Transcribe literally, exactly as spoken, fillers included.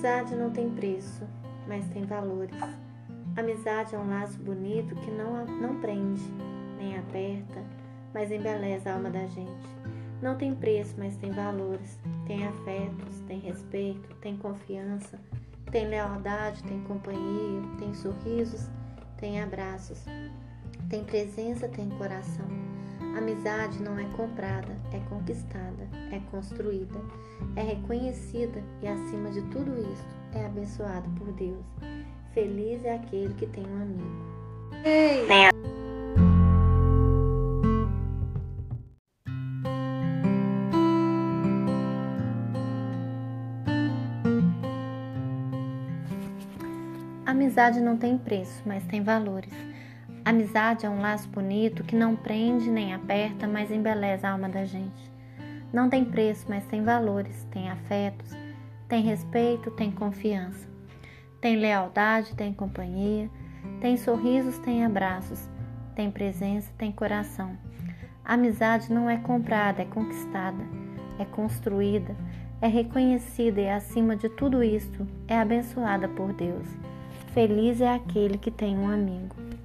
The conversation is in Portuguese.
Amizade não tem preço, mas tem valores. Amizade é um laço bonito que não, não prende, nem aperta, mas embeleza a alma da gente. Não tem preço, mas tem valores. Tem afetos, tem respeito, tem confiança, tem lealdade, tem companhia, tem sorrisos, tem abraços, tem presença, tem coração. Amizade não é comprada, é conquistada, é construída, é reconhecida e, acima de tudo isso, é abençoada por Deus. Feliz é aquele que tem um amigo. Ei! Amizade não tem preço, mas tem valores. Amizade é um laço bonito que não prende nem aperta, mas embeleza a alma da gente. Não tem preço, mas tem valores, tem afetos, tem respeito, tem confiança. Tem lealdade, tem companhia, tem sorrisos, tem abraços, tem presença, tem coração. A amizade não é comprada, é conquistada, é construída, é reconhecida e, acima de tudo isto, é abençoada por Deus. Feliz é aquele que tem um amigo.